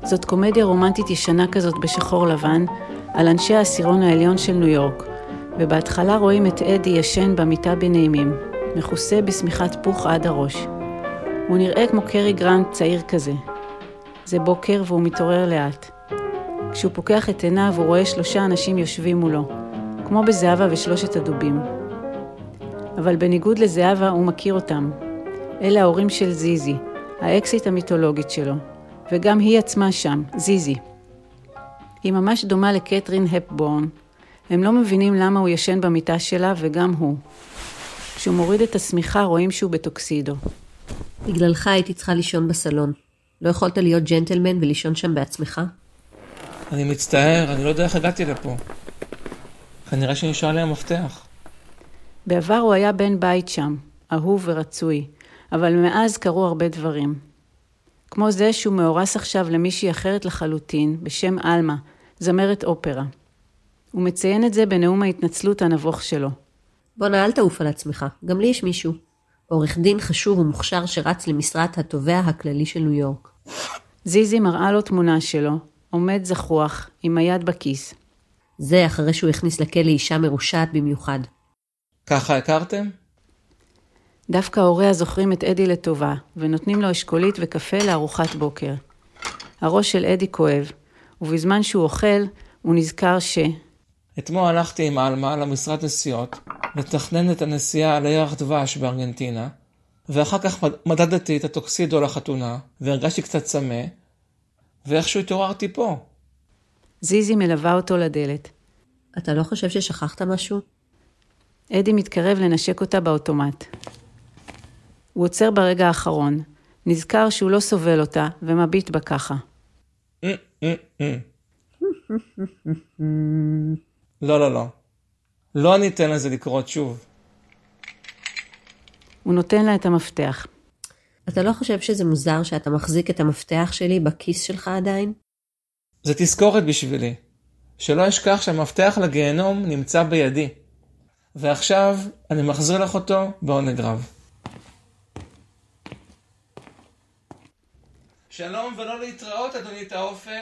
זאת קומדיה רומנטית ישנה כזאת בשחור לבן, על אנשי העשירון העליון של ניו יורק, ובהתחלה רואים את אדי ישן במיטה בנעימים, מכוסה בשמיכת פוך עד הראש. הוא נראה כמו קרי גרנט צעיר כזה. זה בוקר והוא מתעורר לאט. כשהוא פוקח את עיניו הוא רואה 3 אנשים יושבים מולו, כמו בזהבה ושלושת הדובים. אבל בניגוד לזהבה הוא מכיר אותם. אלה ההורים של זיזי, האקסית המיתולוגית שלו, וגם היא עצמה שם, זיזי. היא ממש דומה לקטרין הפבורן. הם לא מבינים למה הוא ישן במיטה שלה וגם הוא. כשהוא מוריד את השמיכה רואים שהוא בטוקסידו. בגללך הייתי צריכה לישון בסלון. לא יכולת להיות ג'נטלמן ולישון שם בעצמך? אני מצטער, אני לא יודע איך הגעתי לפה. כנראה שנשאר לי המפתח. בעבר הוא היה בן בית שם, אהוב ורצוי, אבל מאז קרו הרבה דברים. כמו זה שהוא מאורס עכשיו למישהי אחרת לחלוטין, בשם אלמה, זמרת אופרה. הוא מציין את זה בנאום ההתנצלות הנבוך שלו. בונה, אל תעוף על עצמך, גם לי יש מישהו. עורך דין חשוב ומוכשר שרץ למשרת התובע הכללי של ניו יורק. זיזי מראה לו תמונה שלו, עומד זחוח, עם היד בכיס. זה אחרי שהוא הכניס לכלא אישה מרושעת במיוחד. ככה הכרתם? דווקא ההוריה זוכרים את אדי לטובה, ונותנים לו אשכולית וקפה לארוחת בוקר. הראש של אדי כואב, ובזמן שהוא אוכל, הוא נזכר אתמול הלכתי עם אלמה למשרד נסיעות, לתכנן את הנסיעה על ירח דבש בארגנטינה, ואחר כך מדדתי את הטוקסידו לחתונה, והרגשתי קצת צמא, ואיכשהו התעוררתי פה. זיזי מלווה אותו לדלת. אתה לא חושב ששכחת משהו? אדי מתקרב לנשק אותה באוטומט. הוא עוצר ברגע האחרון, נזכר שהוא לא סובל אותה, ומביט בה ככה. לא, לא, לא. לא ניתן לזה לקרות שוב. הוא נותן לה את המפתח. אתה לא חושב שזה מוזר שאתה מחזיק את המפתח שלי בכיס שלך עדיין? זה תזכורת בשבילי. שלא אשכח שהמפתח לגיהנום נמצא בידי. ועכשיו אני מחזיר לך אותו בעונג רב. שלום ולא להתראות, אדוני תאופל.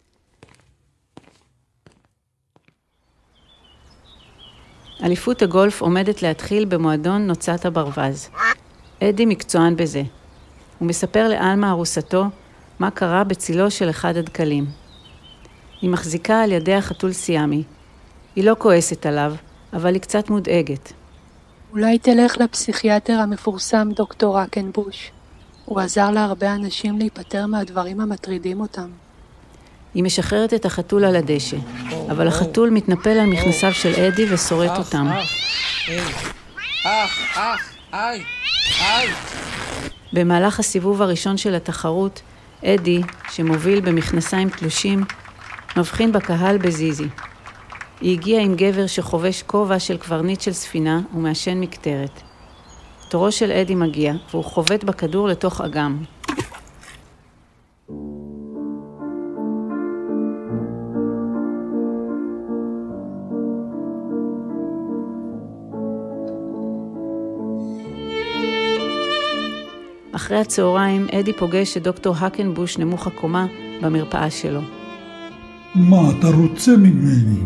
אליפות הגולף עומדת להתחיל במועדון נוצת הברווז. אדי מקצוען בזה. הוא מספר לאלמה ארוסתו מה קרה בצילו של אחד הדקלים. היא מחזיקה על ידי החתול סיאמי. היא לא כועסת עליו, אבל היא קצת מודאגת. אולי תלך לפסיכיאטר המפורסם דוקטור הקנבוש. הוא עזר להרבה אנשים להיפטר מהדברים המטרידים אותם. היא משחררת את החתול על הדשא, אבל החתול מתנפל על מכנסיו של אדי ושורט אותם. איי. במהלך הסיבוב הראשון של התחרות, אדי, שמוביל במכנסיים תלושים, מבחין בקהל בזיזי. היא הגיעה עם גבר שחובש כובע של קברניט של ספינה ומעשן מקטרת. תורו של אדי מגיע, והוא חובט בכדור לתוך אגם. אחרי הצהריים, אדי פוגש את דוקטור הקנבוש נמוך הקומה במרפאה שלו. מה אתה רוצה ממני?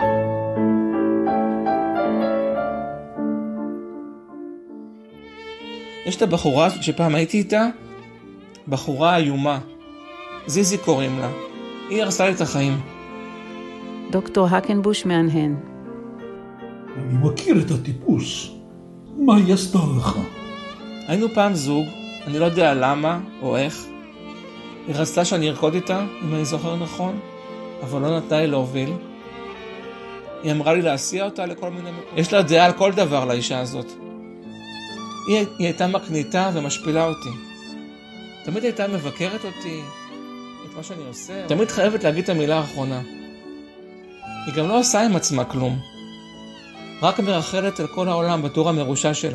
יש את הבחורה שפעם הייתי איתה, בחורה איומה. זיזי קוראים לה. היא הרסה לי את החיים. דוקטור הקנבוש מהנהן. אני מכיר את הטיפוס. מה היא עשתה לך? היינו פעם זוג, אני לא יודע למה או איך. היא רצתה שאני ארקוד איתה, אם אני זוכר נכון, אבל לא נתנה לי להוביל. היא אמרה לי להסיע אותה לכל מיני מקומות. יש לה דעה על כל דבר לאישה הזאת. היא הייתה מקניטה ומשפילה אותי. תמיד הייתה מבקרת אותי, את מה שאני עושה. תמיד חייבת להגיד את המילה האחרונה. היא גם לא עושה עם עצמה כלום. רק מרחלת על כל העולם בתור המרושע שלה.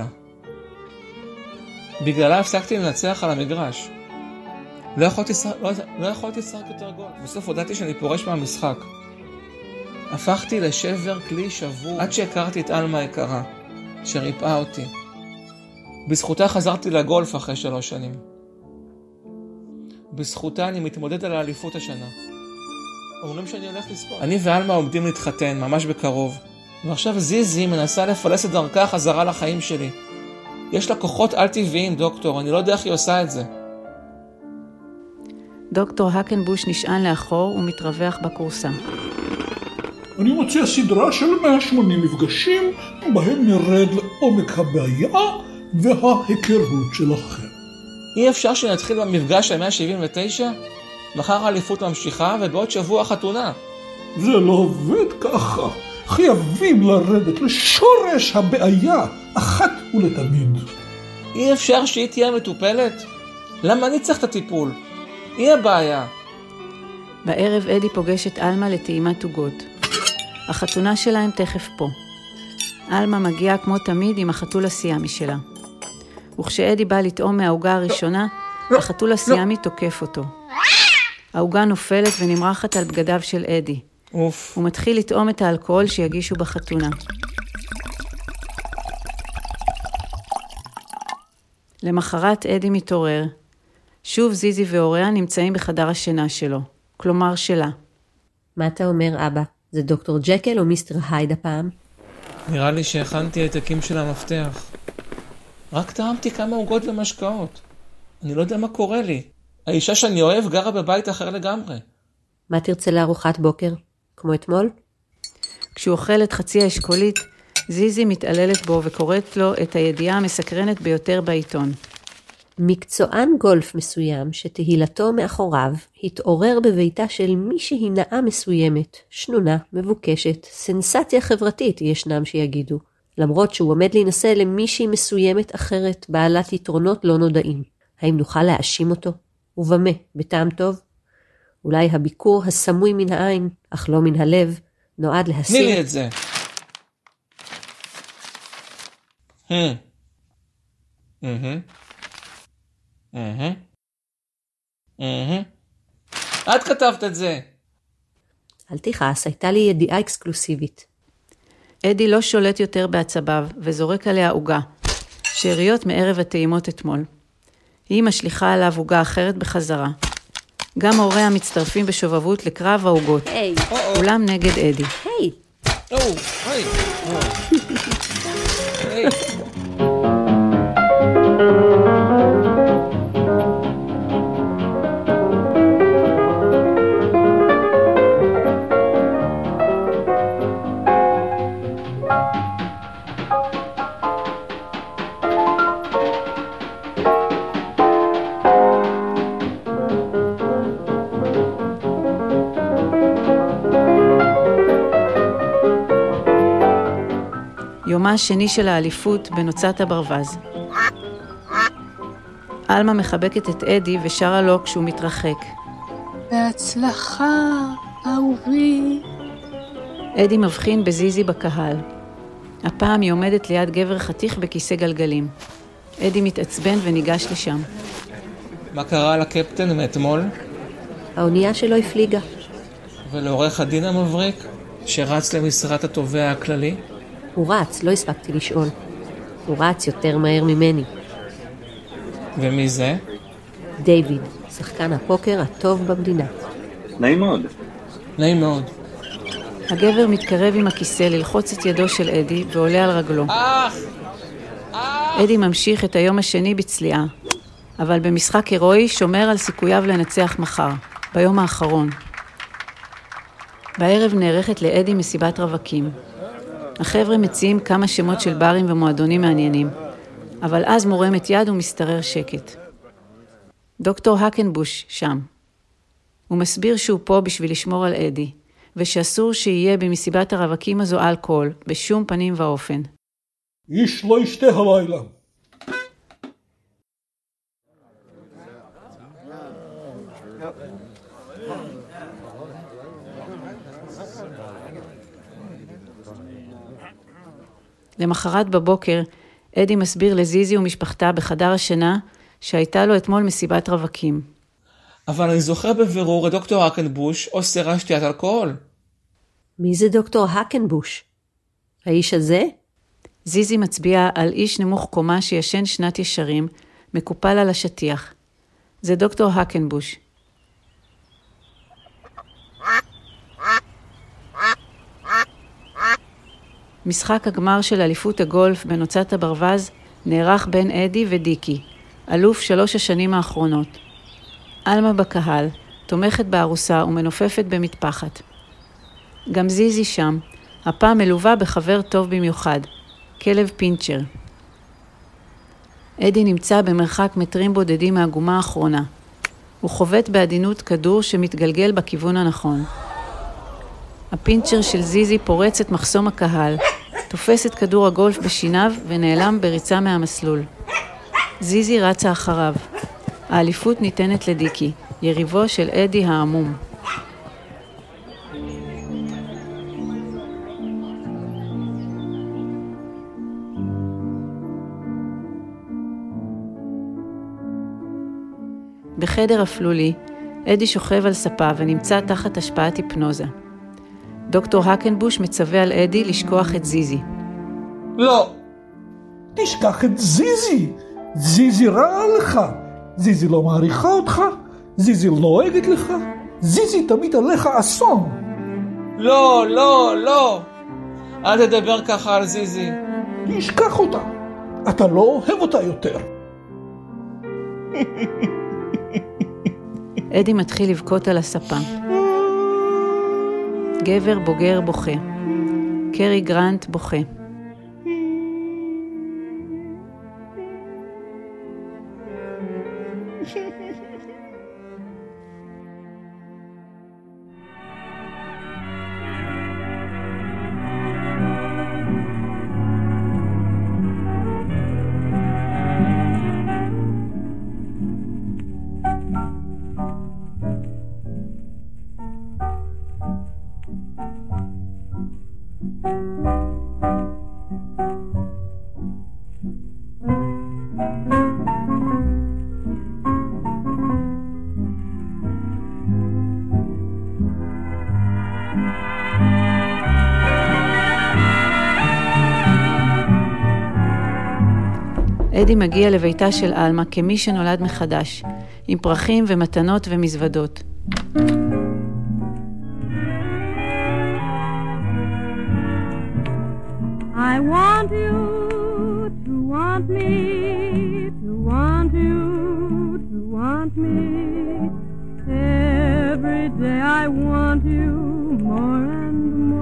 בגללה הפסקתי לנצח על המגרש. לא יכולתי לשחק יותר גול. בסוף הודעתי שאני פורש מהמשחק. הפכתי לשבר כלי שבור עד שהכרתי את אלמה היקרה, שריפאה אותי. בזכותה חזרתי לגולף אחרי 3 שנים. בזכותה אני מתמודד על האליפות השנה. אומרים שאני הולך לזכות. אני ואלמה עומדים להתחתן, ממש בקרוב. ועכשיו זיזי מנסה לפלס את דרכה חזרה לחיים שלי. יש לה כוחות על טבעיים, דוקטור, אני לא יודע איך היא עושה את זה. דוקטור הקנבוש נשען לאחור ומתרווח בקורסה. אני מציע סדרה של 180 מפגשים, בהם נרד לעומק הבעיה וההיכרות שלכם. אי אפשר שנתחיל במפגש ה-179? מחר האליפות ממשיכה ובעוד שבוע חתונה. זה לא עובד ככה. חייבים לרדת לשורש הבעיה, אחת ולתמיד. אי אפשר שהיא תהיה מטופלת? למה אני צריך את הטיפול? היא הבעיה. בערב אדי פוגש את אלמה לטעימת עוגות. החתונה שלהם תכף פה. אלמה מגיעה כמו תמיד עם החתול הסיאמי שלה. וכשאדי בא לטעום מהעוגה הראשונה, החתול הסיאמי תוקף אותו. העוגה נופלת ונמרחת על בגדיו של אדי. הוא מתחיל לטעום את האלכוהול שיגישו בחתונה. למחרת אדי מתעורר. שוב זיזי והוריה נמצאים בחדר השינה שלו, כלומר שלה. מה אתה אומר, אבא? זה דוקטור ג'קל או מיסטר הייד הפעם? נראה לי שהכנתי העתקים של המפתח. רק טעמתי כמה עוגות ומשקאות. אני לא יודע מה קורה לי. האישה שאני אוהב גרה בבית אחר לגמרי. מה תרצה לארוחת בוקר? כמו אתמול? כשהוא אוכל את חצי האשכולית, זיזי מתעללת בו וקוראת לו את הידיעה המסקרנת ביותר בעיתון. מקצוען גולף מסוים שתהילתו מאחוריו התעורר בביתה של מישהי נאה מסוימת, שנונה, מבוקשת, סנסציה חברתית ישנם שיגידו, למרות שהוא עומד להינשא למישהי מסוימת אחרת בעלת יתרונות לא נודעים. האם נוכל להאשים אותו? ובמה, בטעם טוב? אולי הביקור הסמוי מן העין, אך לא מן הלב, נועד להסיר... תני לי את זה. את כתבת את זה. אל תכעס, הייתה לי ידיעה אקסקלוסיבית. אדי לא שולט יותר בעצביו וזורק עליה עוגה, שאריות מערב הטעימות אתמול. היא משליחה עליו עוגה אחרת בחזרה. גם הוריה מצטרפים בשובבות לקרב העוגות. כולם נגד אדי. היי! יומה השני של האליפות בנוצת הברווז. אלמה מחבקת את אדי ושרה לו כשהוא מתרחק. בהצלחה, אהובי. אדי מבחין בזיזי בקהל. הפעם היא עומדת ליד גבר חתיך בכיסא גלגלים. אדי מתעצבן וניגש לשם. מה קרה לקפטן מאתמול? האונייה שלו הפליגה. ולעורך הדין המבריק שרץ למשרת התובע הכללי? הוא רץ, לא הספקתי לשאול. הוא רץ יותר מהר ממני. ומי זה? דיוויד, שחקן הפוקר הטוב במדינה. נעים מאוד. נעים מאוד. הגבר מתקרב עם הכיסא ללחוץ את ידו של אדי ועולה על רגלו. אדי ממשיך את היום השני בצליעה, אבל במשחק הירואי שומר על סיכוייו לנצח מחר, ביום האחרון. בערב נערכת לאדי מסיבת רווקים. החבר'ה מציעים כמה שמות של ברים ומועדונים מעניינים, אבל אז מורמת יד ומסתרר שקט. דוקטור הקנבוש שם. הוא מסביר שהוא פה בשביל לשמור על אדי, ושאסור שיהיה במסיבת הרווקים הזו אלכוהול, בשום פנים ואופן. איש לא ישתה הלילה. למחרת בבוקר, אדי מסביר לזיזי ומשפחתה בחדר השינה שהייתה לו אתמול מסיבת רווקים. אבל אני זוכר בבירור את דוקטור הקנבוש אוסר שתיית אלכוהול. מי זה דוקטור הקנבוש? האיש הזה? זיזי מצביע על איש נמוך קומה שישן שנת ישרים, מקופל על השטיח. זה דוקטור הקנבוש, משחק הגמר של אליפות הגולף בנוצת הברווז נערך בין אדי ודיקי, אלוף 3 השנים האחרונות. אלמה בקהל, תומכת בארוסה ומנופפת במטפחת. גם זיזי שם, הפעם מלווה בחבר טוב במיוחד, כלב פינצ'ר. אדי נמצא במרחק מטרים בודדים מהגומה האחרונה. הוא חובט בעדינות כדור שמתגלגל בכיוון הנכון. הפינצ'ר של זיזי פורץ את מחסום הקהל, תופס את כדור הגולף בשיניו ונעלם בריצה מהמסלול. זיזי רצה אחריו. האליפות ניתנת לדיקי, יריבו של אדי העמום. בחדר אפלולי, אדי שוכב על ספה ונמצא תחת השפעת היפנוזה. דוקטור הקנבוש מצווה על אדי לשכוח את זיזי. לא! תשכח את זיזי! זיזי רעה לך! זיזי לא מעריכה אותך! זיזי לא אוהגת לך! זיזי תמיד עליך אסון! לא, לא, לא! אל תדבר ככה על זיזי. תשכח אותה! אתה לא אוהב אותה יותר! אדי מתחיל לבכות על הספה. גבר בוגר בוכה. קרי גרנט בוכה. אדי מגיע לביתה של אלמה כמי שנולד מחדש, עם פרחים ומתנות ומזוודות. I want you to want me, to want you to want me. Every day I want you more and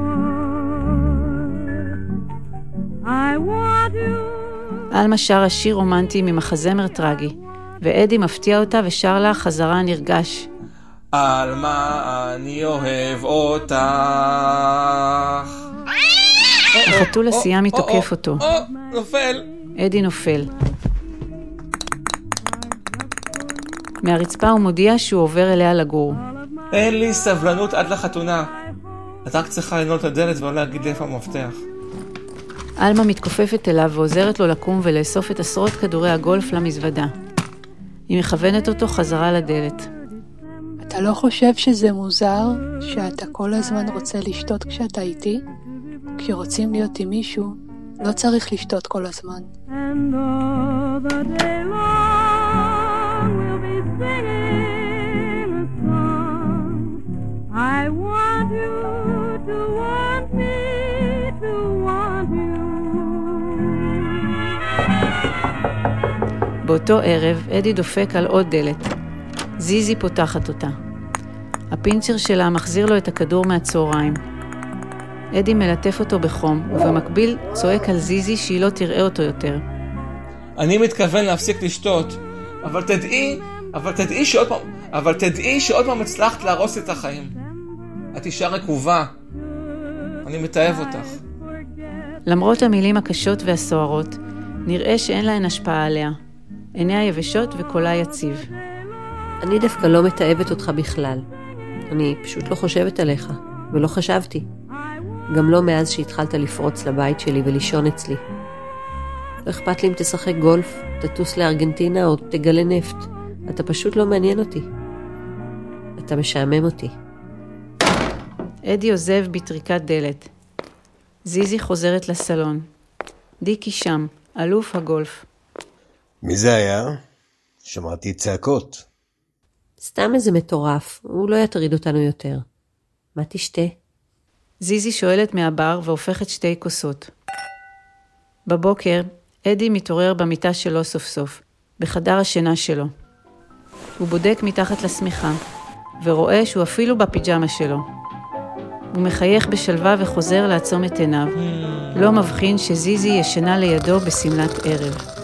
more. I want you. אלמה שרה שיר רומנטי ממחזמר טרגי, ואדי מפתיע אותה ושר לה חזרה נרגש. אלמה, אני אוהב אותך. החתול הסיאמי תוקף אותו. נופל. אדי נופל. מהרצפה הוא מודיע שהוא עובר אליה לגור. אין לי סבלנות עד לחתונה. את רק צריכה לנעול את הדלת ולא להגיד לי איפה המפתח. אלמה מתכופפת אליו ועוזרת לו לקום ולאסוף את עשרות כדורי הגולף למזוודה. היא מכוונת אותו חזרה לדלת. אתה לא חושב שזה מוזר שאתה כל הזמן רוצה לשתות כשאתה איתי? כשרוצים להיות עם מישהו, לא צריך לשתות כל הזמן. And all the day long we'll be singing a song. I want you to want me, to want you. באותו ערב, אדי דופק על עוד דלת. זיזי פותחת אותה. הפינצ'ר שלה מחזיר לו את הכדור מהצהריים. אדי מלטף אותו בחום, ובמקביל צועק על זיזי שהיא לא תראה אותו יותר. אני מתכוון להפסיק לשתות, אבל תדעי שעוד פעם הצלחת להרוס את החיים. את אישה רקובה. אני מתאהב אותך. למרות המילים הקשות והסוערות, נראה שאין להן השפעה עליה. עיניה יבשות וקולה יציב. אני דווקא לא מתאהבת אותך בכלל. אני פשוט לא חושבת עליך, ולא חשבתי. גם לא מאז שהתחלת לפרוץ לבית שלי ולישון אצלי. לא אכפת לי אם תשחק גולף, תטוס לארגנטינה או תגלה נפט. אתה פשוט לא מעניין אותי. אתה משעמם אותי. אדי עוזב בטריקת דלת. זיזי חוזרת לסלון. דיקי שם, אלוף הגולף. מי זה היה? שמעתי צעקות. סתם איזה מטורף, הוא לא יטריד אותנו יותר. מה תשתה? זיזי שואלת מהבר והופכת 2 כוסות. בבוקר, אדי מתעורר במיטה שלו סוף סוף, בחדר השינה שלו. הוא בודק מתחת לשמיכה, ורואה שהוא אפילו בפיג'מה שלו. הוא מחייך בשלווה וחוזר לעצום את עיניו. לא מבחין שזיזי ישנה לידו בסמלת ערב.